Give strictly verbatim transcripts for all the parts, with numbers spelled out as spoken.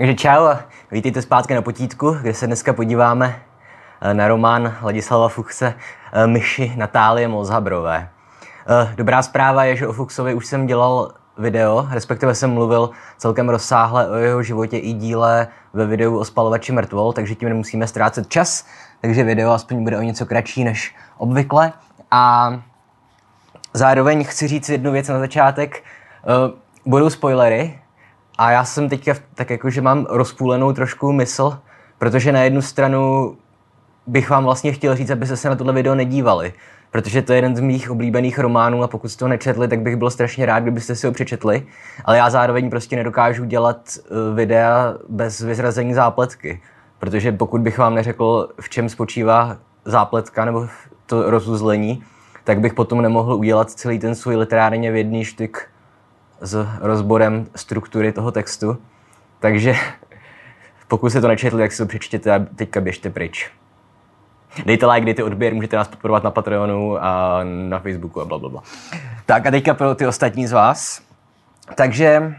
Takže čau a vítejte zpátky na Potítku, kde se dneska podíváme na román Ladislava Fuchse Myši Natálie Mozhabrové. Dobrá zpráva je, že o Fuchsovi už jsem dělal video, respektive jsem mluvil celkem rozsáhle o jeho životě i díle ve videu o Spalovači mrtvol, takže tím nemusíme ztrácet čas, takže video aspoň bude o něco kratší než obvykle. A zároveň chci říct jednu věc na začátek. Budou spoilery a já jsem teďka tak jako, že mám rozpůlenou trošku mysl, protože na jednu stranu bych vám vlastně chtěl říct, abyste se na tohle video nedívali, protože to je jeden z mých oblíbených románů a pokud jste to nečetli, tak bych byl strašně rád, kdybyste si ho přečetli, ale já zároveň prostě nedokážu dělat videa bez vyzrazení zápletky, protože pokud bych vám neřekl, v čem spočívá zápletka nebo to rozuzlení, tak bych potom nemohl udělat celý ten svůj literárně vědný štyk s rozborem struktury toho textu. Takže pokud jste to nečetli, tak si to přečtěte a teďka běžte pryč. Dejte like, dejte odběr, můžete nás podporovat na Patreonu a na Facebooku a blablabla. Tak a teďka pro ty ostatní z vás. Takže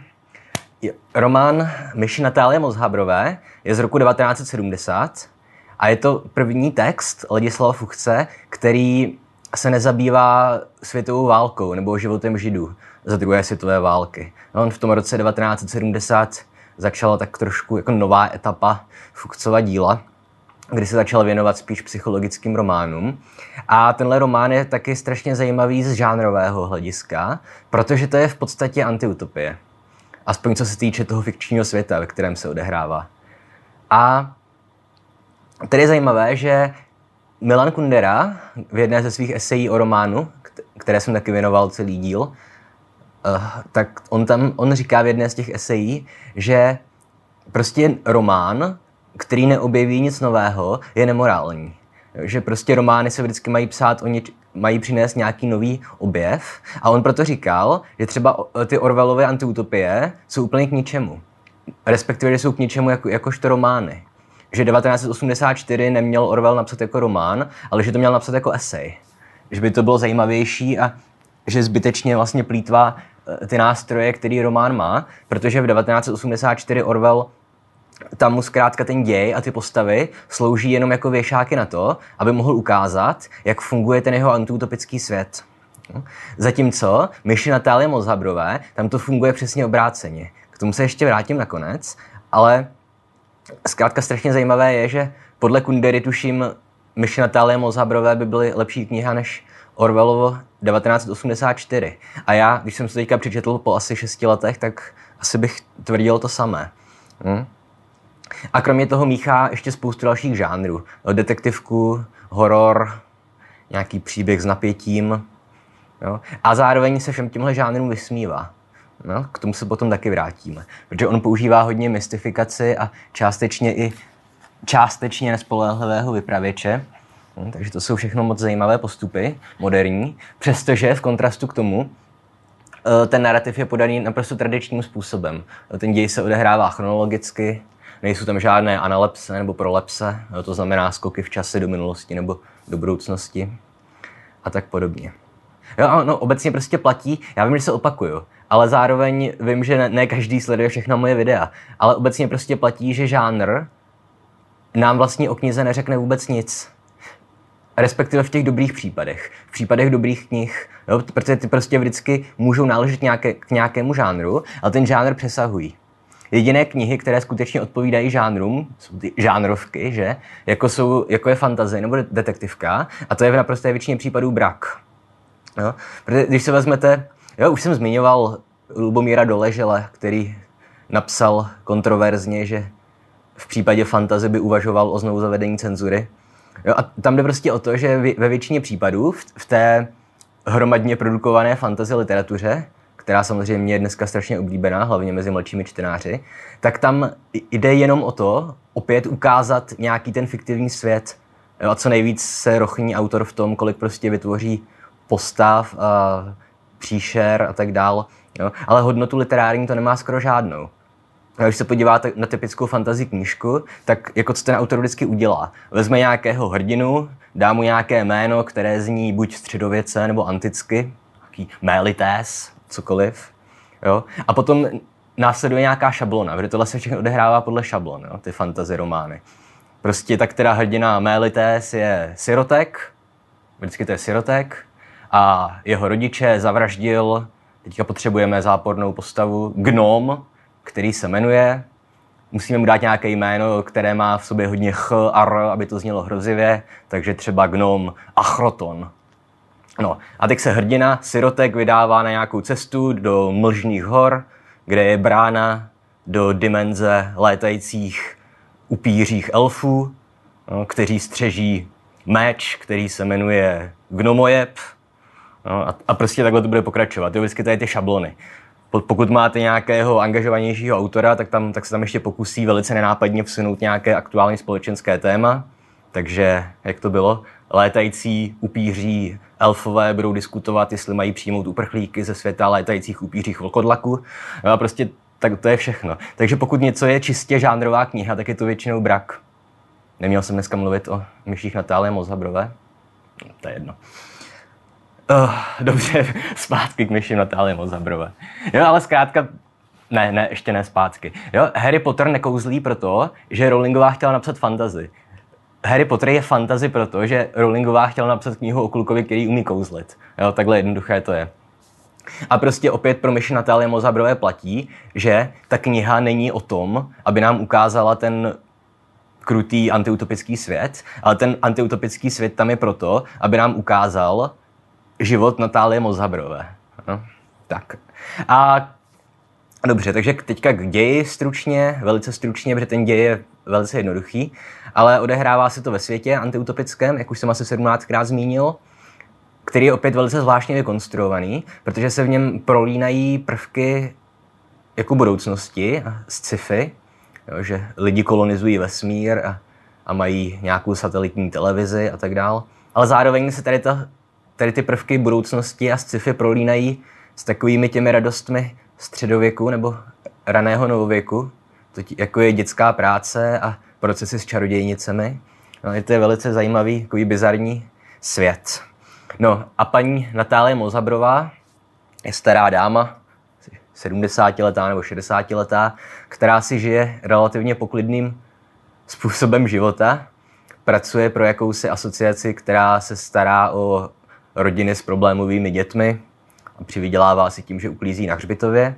román Myši Natálie Mozhabrové je z roku devatenáct set sedmdesát a je to první text Ladislava Fuchse, který se nezabývá světovou válkou nebo životem Židů za druhé světové války. On v tom roce devatenáct set sedmdesát začala tak trošku jako nová etapa Fuchsova díla, kdy se začal věnovat spíš psychologickým románům. A tenhle román je taky strašně zajímavý z žánrového hlediska, protože to je v podstatě antiutopie. Aspoň co se týče toho fikčního světa, ve kterém se odehrává. A tady je zajímavé, že Milan Kundera v jedné ze svých esejí o románu, které jsem taky věnoval celý díl, tak on tam on říká v jedné z těch esejí, že prostě román, který neobjeví nic nového, je nemorální. Že prostě romány se vždycky mají psát, oni mají přinést nějaký nový objev. A on proto říkal, že třeba ty Orwellovy antiutopie jsou úplně k ničemu. Respektive, že jsou k ničemu jako, jakožto romány. Že devatenáct set osmdesát čtyři neměl Orwell napsat jako román, ale že to měl napsat jako esej. Že by to bylo zajímavější a že zbytečně vlastně plýtvá ty nástroje, který román má, protože v devatenáct set osmdesát čtyři Orwell tam mu zkrátka ten děj a ty postavy slouží jenom jako věšáky na to, aby mohl ukázat, jak funguje ten jeho antiutopický svět. Zatímco Myši Natálie Mozhabrové, tam to funguje přesně obráceně. K tomu se ještě vrátím nakonec, ale zkrátka strašně zajímavé je, že podle Kundery tuším Myši Natálie Mozhabrové by byly lepší kniha než Orwellovo devatenáct set osmdesát čtyři. A já, když jsem se teďka přečetl po asi šesti letech, tak asi bych tvrdil to samé. Hm? A kromě toho míchá ještě spoustu dalších žánrů. Detektivku, horor, nějaký příběh s napětím. Jo? A zároveň se všem těmhle žánrům vysmívá. No, k tomu se potom taky vrátíme. Protože on používá hodně mystifikaci a částečně i částečně nespolehlivého vypravěče. No, takže to jsou všechno moc zajímavé postupy, moderní. Přestože v kontrastu k tomu ten narrativ je podaný naprosto tradičním způsobem. Ten děj se odehrává chronologicky, nejsou tam žádné analepse nebo prolepse, to znamená skoky v čase do minulosti nebo do budoucnosti a tak podobně. Jo, no, obecně prostě platí, já vím, že se opakuju, ale zároveň vím, že ne, ne každý sleduje všechna moje videa, ale obecně prostě platí, že žánr nám vlastně o knize neřekne vůbec nic. Respektive v těch dobrých případech. V případech dobrých knih, jo, protože ty prostě vždycky můžou náležet nějaké, k nějakému žánru, ale ten žánr přesahují. Jediné knihy, které skutečně odpovídají žánrům, jsou ty žánrovky, že? Jako, jsou, jako je fantasy nebo detektivka, a to je v naprosté většině případů brak. Jo? Protože když se vezmete, jo, už jsem zmiňoval Lubomíra Doležela, který napsal kontroverzně, že v případě fantasy by uvažoval o znovu zavedení cenzury. Jo, a tam jde prostě o to, že ve většině případů v té hromadně produkované fantasy literatuře, která samozřejmě je dneska strašně oblíbená, hlavně mezi mladšími čtenáři, tak tam jde jenom o to, opět ukázat nějaký ten fiktivní svět. Jo, a co nejvíc se rochní autor v tom, kolik prostě vytvoří postav, a příšer a tak dál. Jo. Ale hodnotu literární to nemá skoro žádnou. Když se podíváte na typickou fantasy knížku, tak jako co ten autor vždycky udělá. Vezme nějakého hrdinu, dá mu nějaké jméno, které zní buď středověce nebo anticky, nějaký Melités, cokoliv. Jo? A potom následuje nějaká šablona, protože tohle se všechno odehrává podle šablon, jo, ty fantasy romány. Prostě tak teda hrdina Mélités je sirotek, vždycky to je sirotek, a jeho rodiče zavraždil, teďka potřebujeme zápornou postavu, gnom, který se jmenuje, musíme mu dát nějaké jméno, které má v sobě hodně ch a r, aby to znělo hrozivě, takže třeba gnom Achroton. No a teď se hrdina, sirotek, vydává na nějakou cestu do mlžných hor, kde je brána do dimenze létajících upířích elfů, no, kteří střeží meč, který se jmenuje Gnomojeb. No, a, a prostě takhle to bude pokračovat. Jo, vždycky tady ty šablony. Pokud máte nějakého angažovanějšího autora, tak, tam, tak se tam ještě pokusí velice nenápadně vsunout nějaké aktuální společenské téma. Takže, jak to bylo, létající upíří elfové budou diskutovat, jestli mají přijmout uprchlíky ze světa létajících upířích vlkodlaku. No a prostě tak to je všechno. Takže pokud něco je čistě žánrová kniha, tak je to většinou brak. Neměl jsem dneska mluvit o myších Natálie Mozhabrové? No, to je jedno. Oh, dobře, zpátky k myši Natálie Mozhabrové. Jo, ale zkrátka, ne, ne, ještě ne zpátky. Jo, Harry Potter nekouzlí proto, že Rowlingová chtěla napsat fantasy. Harry Potter je fantasy proto, že Rowlingová chtěla napsat knihu o klukovi, který umí kouzlit. Jo, takhle jednoduché to je. A prostě opět pro myši Natálie Mozhabrové platí, že ta kniha není o tom, aby nám ukázala ten krutý antiutopický svět, ale ten antiutopický svět tam je proto, aby nám ukázal život Natálie Mozhabrové. No, tak. A dobře, takže teďka k ději stručně, velice stručně, protože ten děj je velice jednoduchý, ale odehrává se to ve světě antiutopickém, jak už jsem asi sedmnáctkrát zmínil, který je opět velice zvláštně vykonstruovaný, protože se v něm prolínají prvky jako budoucnosti a sci-fi, jo, že lidi kolonizují vesmír a, a mají nějakou satelitní televizi a tak dál. Ale zároveň se tady, ta, tady ty prvky budoucnosti a sci-fi prolínají s takovými těmi radostmi středověku nebo raného novověku, to tí, jako je dětská práce a procesy s čarodějnicemi. No, je to je velice zajímavý, takový bizarní svět. No a paní Natálie Mozhabrová je stará dáma, sedmdesátiletá nebo šedesátiletá, která si žije relativně poklidným způsobem života. Pracuje pro jakousi asociaci, která se stará o rodiny s problémovými dětmi a přivydělává si tím, že uklízí na hřbitově.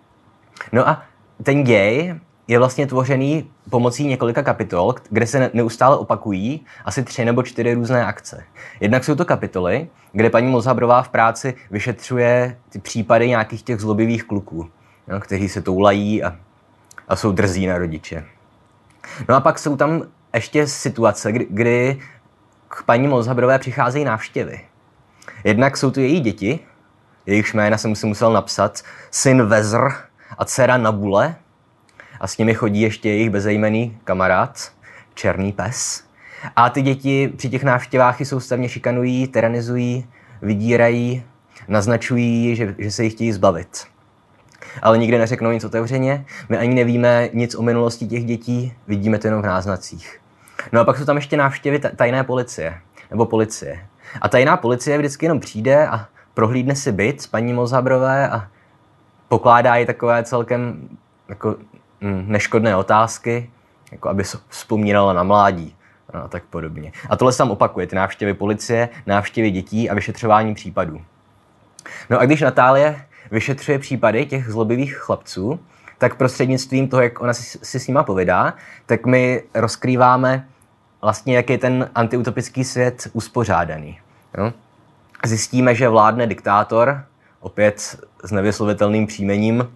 No a ten děj je vlastně tvořený pomocí několika kapitol, kde se neustále opakují asi tři nebo čtyři různé akce. Jednak jsou to kapitoly, kde paní Mozhabrová v práci vyšetřuje ty případy nějakých těch zlobivých kluků, no, kteří se toulají a, a jsou drzí na rodiče. No a pak jsou tam ještě situace, kdy, kdy k paní Mozhabrové přicházejí návštěvy. Jednak jsou tu její děti, jejichž jména jsem si musel napsat, syn Vezr a dcera Nabule, a s nimi chodí ještě jejich bezejmenný kamarád, Černý pes. A ty děti při těch návštěvách ji soustavně šikanují, tyranizují, vydírají, naznačují, že, že se jich chtějí zbavit. Ale nikdy neřeknou nic otevřeně, my ani nevíme nic o minulosti těch dětí, vidíme to jenom v náznacích. No a pak jsou tam ještě návštěvy tajné policie, nebo policie. A tajná policie vždycky jenom přijde a prohlídne si byt z paní Mozhabrové a pokládá jí takové celkem jako neškodné otázky, jako aby vzpomínala na mládí a tak podobně. A tohle se tam opakuje, ty návštěvy policie, návštěvy dětí a vyšetřování případů. No a když Natálie vyšetřuje případy těch zlobivých chlapců, tak prostřednictvím toho, jak ona si, si s nima povídá, tak my rozkrýváme vlastně, jak je ten antiutopický svět uspořádaný. Jo? Zjistíme, že vládne diktátor, opět s nevyslovitelným příjmením,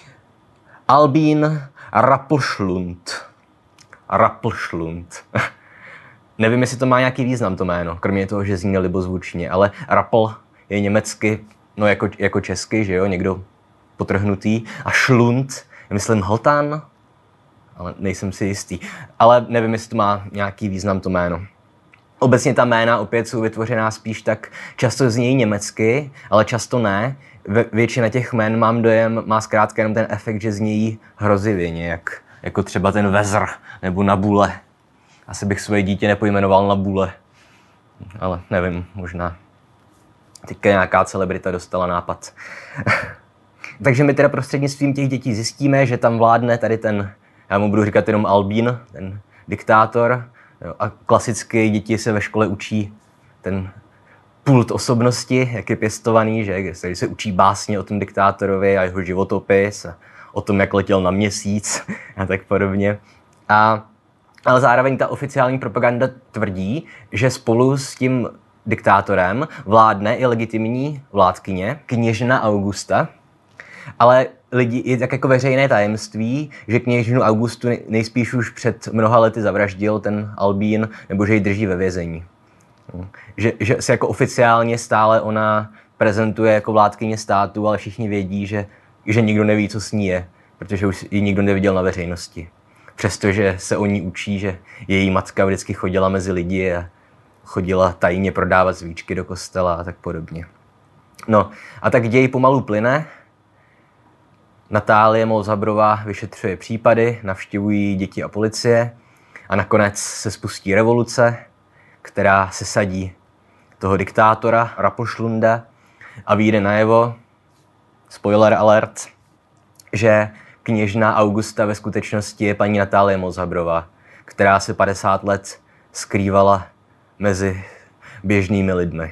Albín Rappelschlund. Rappelschlund. Nevím, jestli to má nějaký význam, to jméno, kromě toho, že zní libozvučně, ale Rappel je německy, no jako, jako česky, že jo, někdo potrhnutý. A Schlund je, myslím, hltan, ale nejsem si jistý. Ale nevím, jestli to má nějaký význam, to jméno. Obecně ta jména opět jsou vytvořená spíš tak, často znějí německy, ale často ne. Většina těch jmen, mám dojem, má zkrátka jenom ten efekt, že znějí hrozivě nějak, jako třeba ten Vezr nebo Nabule. Asi bych svoje dítě nepojmenoval Nabule, ale nevím, možná teďka nějaká celebrita dostala nápad. Takže my teda prostřednictvím těch dětí zjistíme, že tam vládne tady ten, já mu budu říkat jenom Albín, ten diktátor. Jo, a klasicky děti se ve škole učí ten kult osobnosti, jak je pěstovaný, že když se učí básně o tom diktátorovi a jeho životopis a o tom, jak letěl na měsíc a tak podobně. A, ale zároveň ta oficiální propaganda tvrdí, že spolu s tím diktátorem vládne i legitimní vládkyně, kněžna Augusta, ale lidi, je tak jako veřejné tajemství, že kněžnu Augustu nejspíš už před mnoha lety zavraždil ten Albín, nebo že ji drží ve vězení. Že, že se jako oficiálně stále ona prezentuje jako vládkyně státu, ale všichni vědí, že, že nikdo neví, co s ní je, protože už ji nikdo neviděl na veřejnosti. Přestože se o ní učí, že její matka vždycky chodila mezi lidi a chodila tajně prodávat svíčky do kostela a tak podobně. No a tak děj pomalu plyne. Natálie Molzhabrová vyšetřuje případy, navštěvují děti a policie a nakonec se spustí revoluce, která sesadí toho diktátora Rapolšlunda a vyjde najevo, spoiler alert, že kněžna Augusta ve skutečnosti je paní Natálie Molzhabrová, která se padesát let skrývala mezi běžnými lidmi.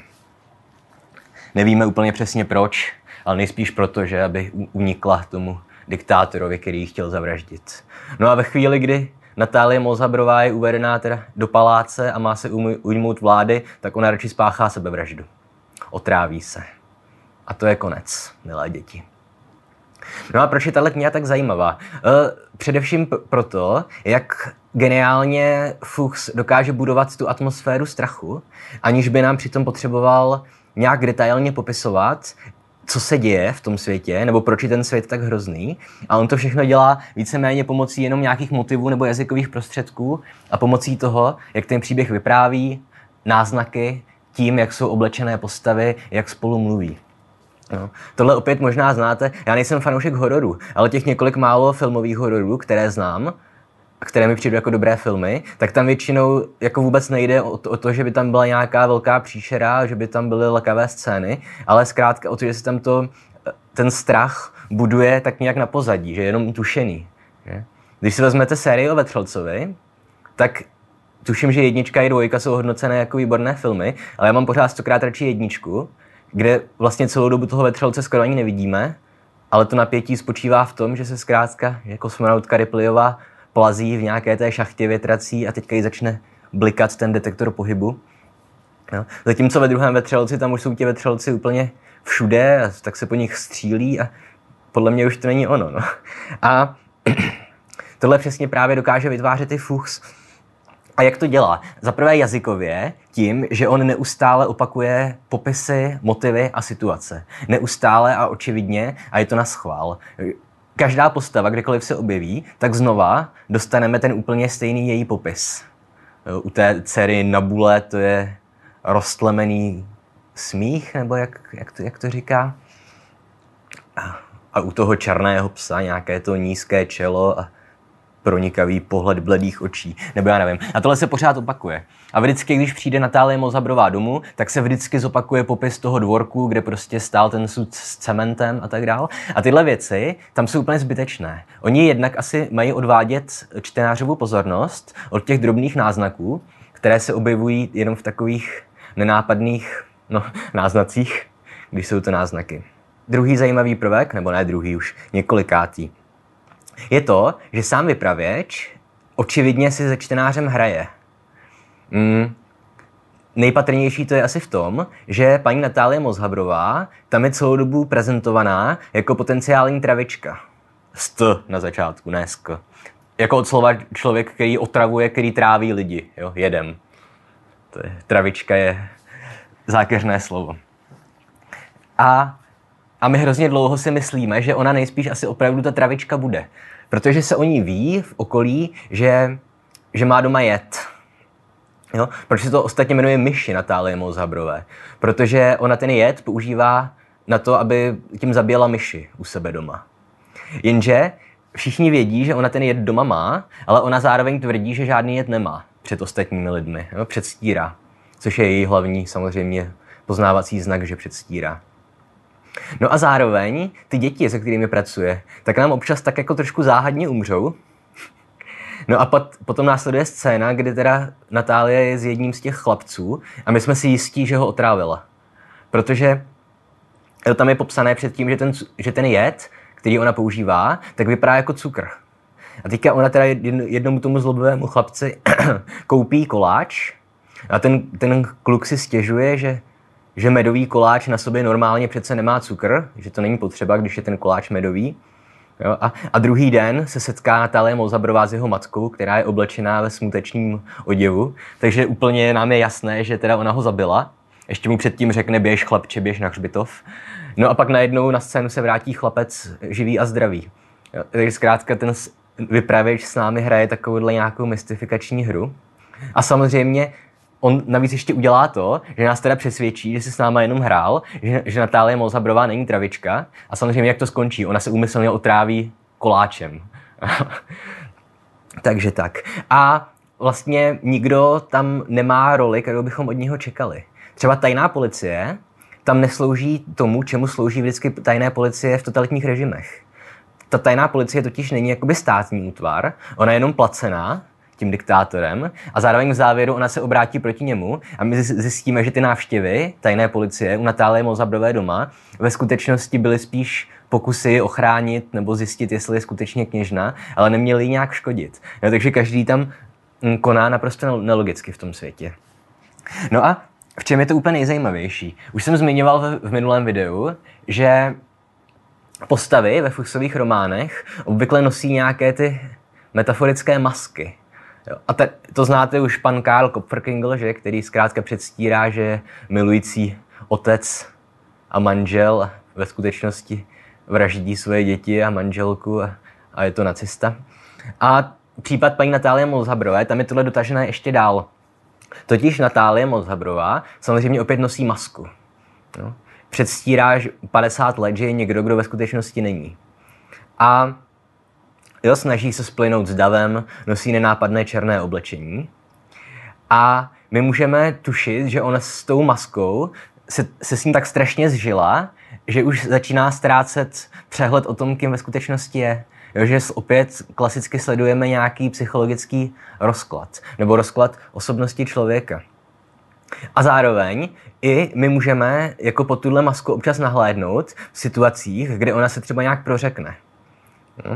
Nevíme úplně přesně proč, ale nejspíš proto, že aby unikla tomu diktátorovi, který ji chtěl zavraždit. No a ve chvíli, kdy Natálie Molzhabrová je uvedená teda do paláce a má se ujmout vlády, tak ona radši spáchá sebevraždu. Otráví se. A to je konec, milé děti. No a proč je tahle kniha tak zajímavá? Především proto, jak geniálně Fuchs dokáže budovat tu atmosféru strachu, aniž by nám přitom potřeboval nějak detailně popisovat, co se děje v tom světě, nebo proč je ten svět tak hrozný. A on to všechno dělá víceméně pomocí jenom nějakých motivů nebo jazykových prostředků a pomocí toho, jak ten příběh vypráví, náznaky, tím, jak jsou oblečené postavy, jak spolu mluví. No. Tohle opět možná znáte, já nejsem fanoušek hororů, ale těch několik málo filmových hororů, které znám, které mi přijdou jako dobré filmy, tak tam většinou jako vůbec nejde o to, o to, že by tam byla nějaká velká příšera, že by tam byly lakavé scény, ale zkrátka o to, že se tam to, ten strach buduje tak nějak na pozadí, že je jenom tušený. Že? Když si vezmete sérii o Vetřelcovi, tak tuším, že jednička i dvojka jsou hodnocené jako výborné filmy, ale já mám pořád stokrát radši jedničku, kde vlastně celou dobu toho Vetřelce skoro ani nevidíme, ale to napětí spočívá v tom, že se zkrátka jako kosmonautka Ripleyová plazí v nějaké té šachtě větrací a teďka jí začne blikat ten detektor pohybu. No. Zatímco ve druhém Vetřelci, tam už jsou ti vetřelci úplně všude, a tak se po nich střílí a podle mě už to není ono. No. A tohle přesně právě dokáže vytvářet i Fuchs. A jak to dělá? Za prvé jazykově tím, že on neustále opakuje popisy, motivy a situace. Neustále a očividně a je to na schvál. Každá postava, kdekoliv se objeví, tak znova dostaneme ten úplně stejný její popis. U té dcery Nabule to je roztlemený smích, nebo jak, jak, to, jak to říká? A, a u toho černého psa nějaké to nízké čelo a pronikavý pohled bledých očí, nebo já nevím. A tohle se pořád opakuje. A vždycky, když přijde Natálie Molzhabrová domů, tak se vždycky zopakuje popis toho dvorku, kde prostě stál ten sud s cementem a tak dál. A tyhle věci tam jsou úplně zbytečné. Oni jednak asi mají odvádět čtenářovu pozornost od těch drobných náznaků, které se objevují jenom v takových nenápadných no, náznacích, když jsou to náznaky. Druhý zajímavý prvek, nebo ne druhý už, několikátý, je to, že sám vypravěč očividně si se čtenářem hraje. Mm. Nejpatrnější to je asi v tom, že paní Natálie Molzhabrová tam je celou dobu prezentovaná jako potenciální travička. St na začátku, ne sk. Jako od slova člověk, který otravuje, který tráví lidi, jo, jedem. To je, travička je zákeřné slovo. A A my hrozně dlouho si myslíme, že ona nejspíš asi opravdu ta travička bude. Protože se o ní ví v okolí, že, že má doma jed. Jo? Proč se to ostatně jmenuje myši Natálie Molzhabrové? Protože ona ten jed používá na to, aby tím zabíjela myši u sebe doma. Jenže všichni vědí, že ona ten jed doma má, ale ona zároveň tvrdí, že žádný jed nemá před ostatními lidmi. Jo? Předstírá. Což je její hlavní samozřejmě poznávací znak, že předstírá. No a zároveň ty děti, se kterými pracuje, tak nám občas tak jako trošku záhadně umřou. No a pot, potom následuje scéna, kdy teda Natálie je s jedním z těch chlapců a my jsme si jistí, že ho otrávila. Protože tam je popsané předtím, že ten, že ten jed, který ona používá, tak vypadá jako cukr. A teďka ona teda jednomu tomu zlobivému chlapci koupí koláč a ten, ten kluk si stěžuje, že, že medový koláč na sobě normálně přece nemá cukr, že to není potřeba, když je ten koláč medový. Jo, a, a druhý den se setká Natálie Molzaharová s jeho matkou, která je oblečená ve smutečním oděvu, takže úplně nám je jasné, že teda ona ho zabila. Ještě mu předtím řekne, běž chlapče, běž na hřbitov. No a pak najednou na scénu se vrátí chlapec živý a zdravý. Jo, takže zkrátka ten vypravěč s námi hraje takovouhle nějakou mystifikační hru. A samozřejmě on navíc ještě udělá to, že nás teda přesvědčí, že si s náma jenom hrál, že, že Natálie Molzaharová není travička. A samozřejmě jak to skončí? Ona se úmyslně otráví koláčem. Takže tak. A vlastně nikdo tam nemá roli, kterou bychom od něho čekali. Třeba tajná policie tam neslouží tomu, čemu slouží vždycky tajné policie v totalitních režimech. Ta tajná policie totiž není jakoby státní útvar, ona je jenom placená tím diktátorem a zároveň v závěru ona se obrátí proti němu a my zjistíme, že ty návštěvy tajné policie u Natálie Molzaharové doma ve skutečnosti byly spíš pokusy ochránit nebo zjistit, jestli je skutečně kněžna, ale neměly jí nějak škodit. No, takže každý tam koná naprosto nelogicky v tom světě. No a v čem je to úplně nejzajímavější? Už jsem zmiňoval v, v minulém videu, že postavy ve Fuchsových románech obvykle nosí nějaké ty metaforické masky. Jo. A te, to znáte už pan Karl Kopferkingl, že, který zkrátka předstírá, že je milující otec a manžel a ve skutečnosti vraždí svoje děti a manželku a, a je to nacista. A případ paní Natálie Molzaharové, tam je tohle dotažené ještě dál. Totiž Natálie Molzaharová samozřejmě opět nosí masku. Jo. Předstírá že padesát let, že je někdo, kdo ve skutečnosti není. A jo, snaží se splynout s davem, nosí nenápadné černé oblečení. A my můžeme tušit, že ona s tou maskou se, se s ním tak strašně zžila, že už začíná ztrácet přehled o tom, kým ve skutečnosti je. Jo, že opět klasicky sledujeme nějaký psychologický rozklad, nebo rozklad osobnosti člověka. A zároveň i my můžeme jako pod tuhle masku občas nahlédnout v situacích, kde ona se třeba nějak prořekne. Hm?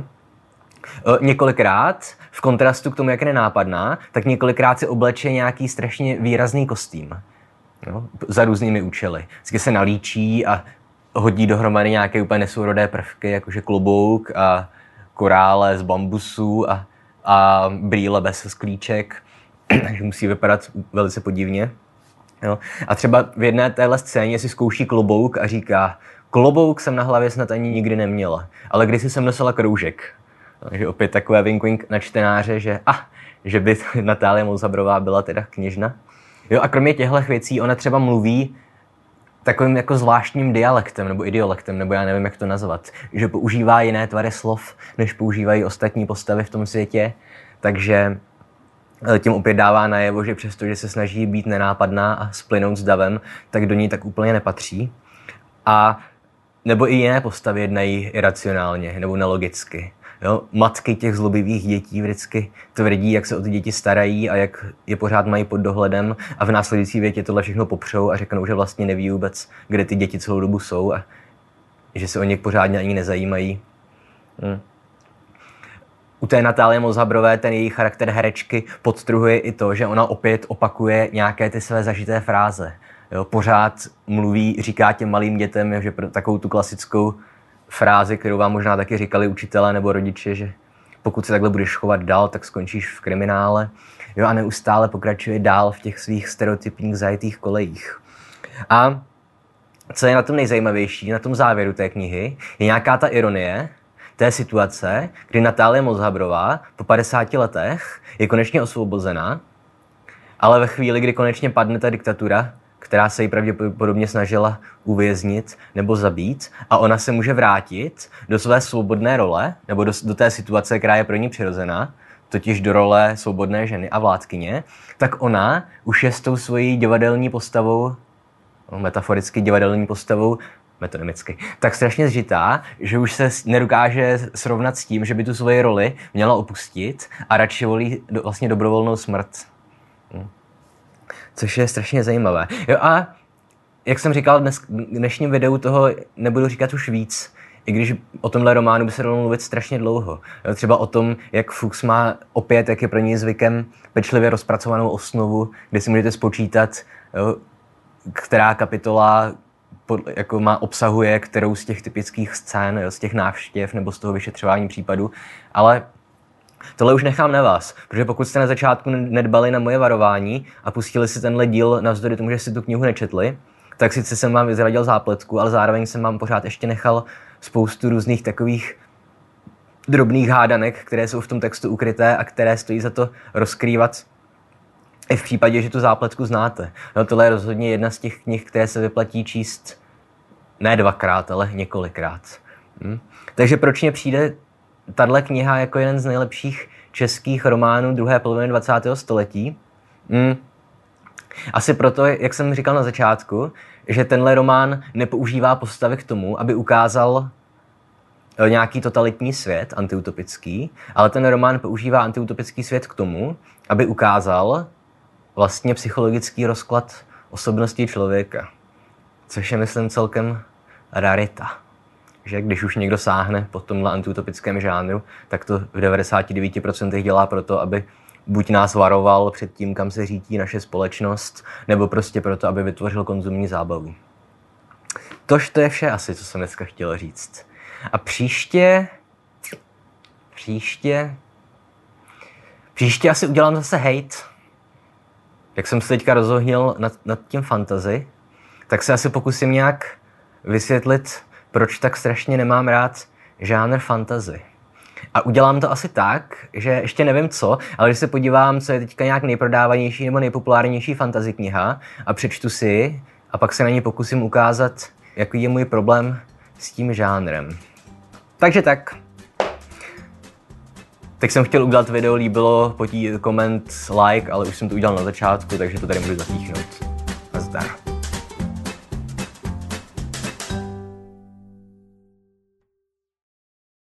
Několikrát, v kontrastu k tomu, jak je nenápadná, tak několikrát si obleče nějaký strašně výrazný kostým. Jo? Za různými účely. Vždycky se nalíčí a hodí dohromady nějaké úplně nesourodé prvky, jakože klobouk a korále z bambusů a, a brýle bez sklíček, takže musí vypadat velice podivně. Jo? A třeba v jedné téhle scéně si zkouší klobouk a říká, klobouk jsem na hlavě snad ani nikdy neměla, ale kdysi jsem nosila kroužek. Takže opět takové wink wink na čtenáře, že, ah, že by Natálie Molzaharová byla teda kněžna. Jo, a kromě těchto věcí ona třeba mluví takovým jako zvláštním dialektem nebo idiolektem, nebo já nevím, jak to nazvat, že používá jiné tvary slov, než používají ostatní postavy v tom světě, takže tím opět dává najevo, že přestože se snaží být nenápadná a splynout s davem, tak do ní tak úplně nepatří. A nebo i jiné postavy jednají iracionálně nebo nelogicky. Jo? Matky těch zlobivých dětí vždycky tvrdí, jak se o ty děti starají a jak je pořád mají pod dohledem a v následující větě tohle všechno popřou a řeknou, že vlastně neví vůbec, kde ty děti celou dobu jsou a že se o ně pořádně ani nezajímají. Hm. U té Natálie Molzaharové ten její charakter herečky podtrhuje i to, že ona opět opakuje nějaké ty své zažité fráze. Jo? Pořád mluví, říká těm malým dětem, že pro takovou tu klasickou frázi, kterou vám možná taky říkali učitelé nebo rodiče, že pokud se takhle budeš chovat dál, tak skončíš v kriminále. Jo, a neustále pokračuje dál v těch svých stereotypních zajetých kolejích. A co je na tom nejzajímavější, na tom závěru té knihy, je nějaká ta ironie té situace, kdy Natálie Molzaharová po padesáti letech je konečně osvobozená, ale ve chvíli, kdy konečně padne ta diktatura, která se jí pravděpodobně snažila uvěznit nebo zabít, a ona se může vrátit do své svobodné role, nebo do, do té situace, která je pro ní přirozená, totiž do role svobodné ženy a vládkyně, tak ona už je s tou svojí divadelní postavou, no, metaforicky divadelní postavou, metonymicky, tak strašně zžitá, že už se nedokáže srovnat s tím, že by tu svoji roli měla opustit a radši volí do, vlastně dobrovolnou smrt. Hm. Což je strašně zajímavé. Jo a jak jsem říkal, dnes, v dnešním videu toho nebudu říkat už víc, i když o tomhle románu by se dalo mluvit strašně dlouho. Jo, třeba o tom, jak Fuchs má opět, jak je pro něj zvykem, pečlivě rozpracovanou osnovu, kde si můžete spočítat, jo, která kapitola pod, jako má, obsahuje kterou z těch typických scén, jo, z těch návštěv nebo z toho vyšetřování případu. Ale tohle už nechám na vás, protože pokud jste na začátku nedbali na moje varování a pustili si tenhle díl navzdory tomu, že si tu knihu nečetli, tak sice jsem vám vyzradil zápletku, ale zároveň jsem vám pořád ještě nechal spoustu různých takových drobných hádanek, které jsou v tom textu ukryté a které stojí za to rozkrývat i v případě, že tu zápletku znáte. No, tohle je rozhodně jedna z těch knih, které se vyplatí číst ne dvakrát, ale několikrát. Hm? Takže proč mě přijde tahle kniha jako jeden z nejlepších českých románů druhé poloviny dvacátého století? Hm? Asi proto, jak jsem říkal na začátku, že tenhle román nepoužívá postavy k tomu, aby ukázal nějaký totalitní svět, antiutopický, ale ten román používá antiutopický svět k tomu, aby ukázal vlastně psychologický rozklad osobnosti člověka. Což je, myslím, celkem rarita. Že když už někdo sáhne po tomhle antiutopickém žánru, tak to v devadesát devět procent dělá proto, aby buď nás varoval před tím, kam se řítí naše společnost, nebo prostě proto, aby vytvořil konzumní zábavu. Tož to je vše asi, co jsem dneska chtěl říct. A příště... Příště... Příště asi udělám zase hate. Jak jsem se teďka rozohnil nad, nad tím fantasy, tak se asi pokusím nějak vysvětlit, proč tak strašně nemám rád žánr fantasy. A udělám to asi tak, že ještě nevím co, ale když se podívám, co je teďka nějak nejprodávanější nebo nejpopulárnější fantasy kniha a přečtu si a pak se na ní pokusím ukázat, jaký je můj problém s tím žánrem. Takže tak. Teď jsem chtěl udělat video, líbilo, potí, koment, like, ale už jsem to udělal na začátku, takže to tady můžu zapíchnout. Nazdar.